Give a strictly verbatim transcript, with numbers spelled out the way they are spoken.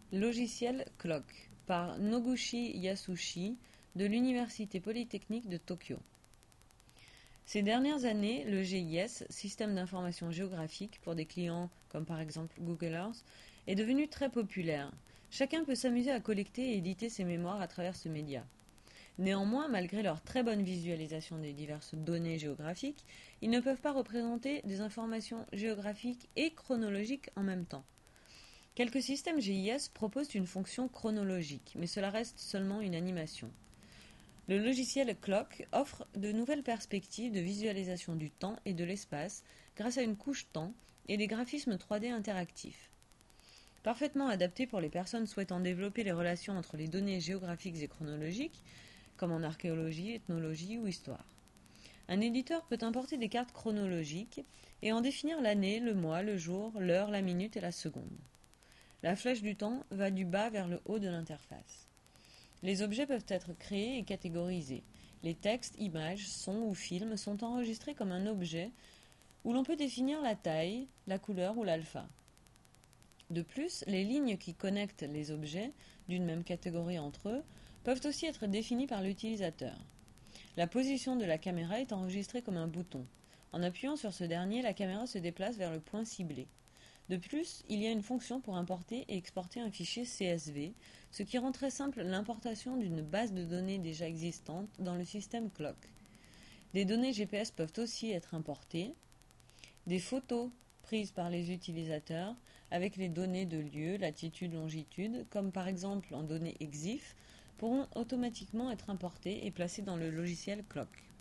Logiciel Clock par Noguchi Yasushi de l'Université Polytechnique de Tokyo. Ces dernières années, le G I S, Système d'information géographique pour des clients comme par exemple Google Earth, est devenu très populaire. Chacun peut s'amuser à collecter et éditer ses mémoires à travers ce média. Néanmoins, malgré leur très bonne visualisation des diverses données géographiques, ils ne peuvent pas représenter des informations géographiques et chronologiques en même temps. Quelques systèmes G I S proposent une fonction chronologique, mais cela reste seulement une animation. Le logiciel Clock offre de nouvelles perspectives de visualisation du temps et de l'espace grâce à une couche temps et des graphismes trois D interactifs. Parfaitement adapté pour les personnes souhaitant développer les relations entre les données géographiques et chronologiques, comme en archéologie, ethnologie ou histoire. Un éditeur peut importer des cartes chronologiques et en définir l'année, le mois, le jour, l'heure, la minute et la seconde. La flèche du temps va du bas vers le haut de l'interface. Les objets peuvent être créés et catégorisés. Les textes, images, sons ou films sont enregistrés comme un objet où l'on peut définir la taille, la couleur ou l'alpha. De plus, les lignes qui connectent les objets d'une même catégorie entre eux peuvent aussi être définies par l'utilisateur. La position de la caméra est enregistrée comme un bouton. En appuyant sur ce dernier, la caméra se déplace vers le point ciblé. De plus, il y a une fonction pour importer et exporter un fichier C S V, ce qui rend très simple l'importation d'une base de données déjà existante dans le système Clock. Des données G P S peuvent aussi être importées, des photos prises par les utilisateurs avec les données de lieu, latitude, longitude, comme par exemple en données EXIF, pourront automatiquement être importées et placées dans le logiciel Clock.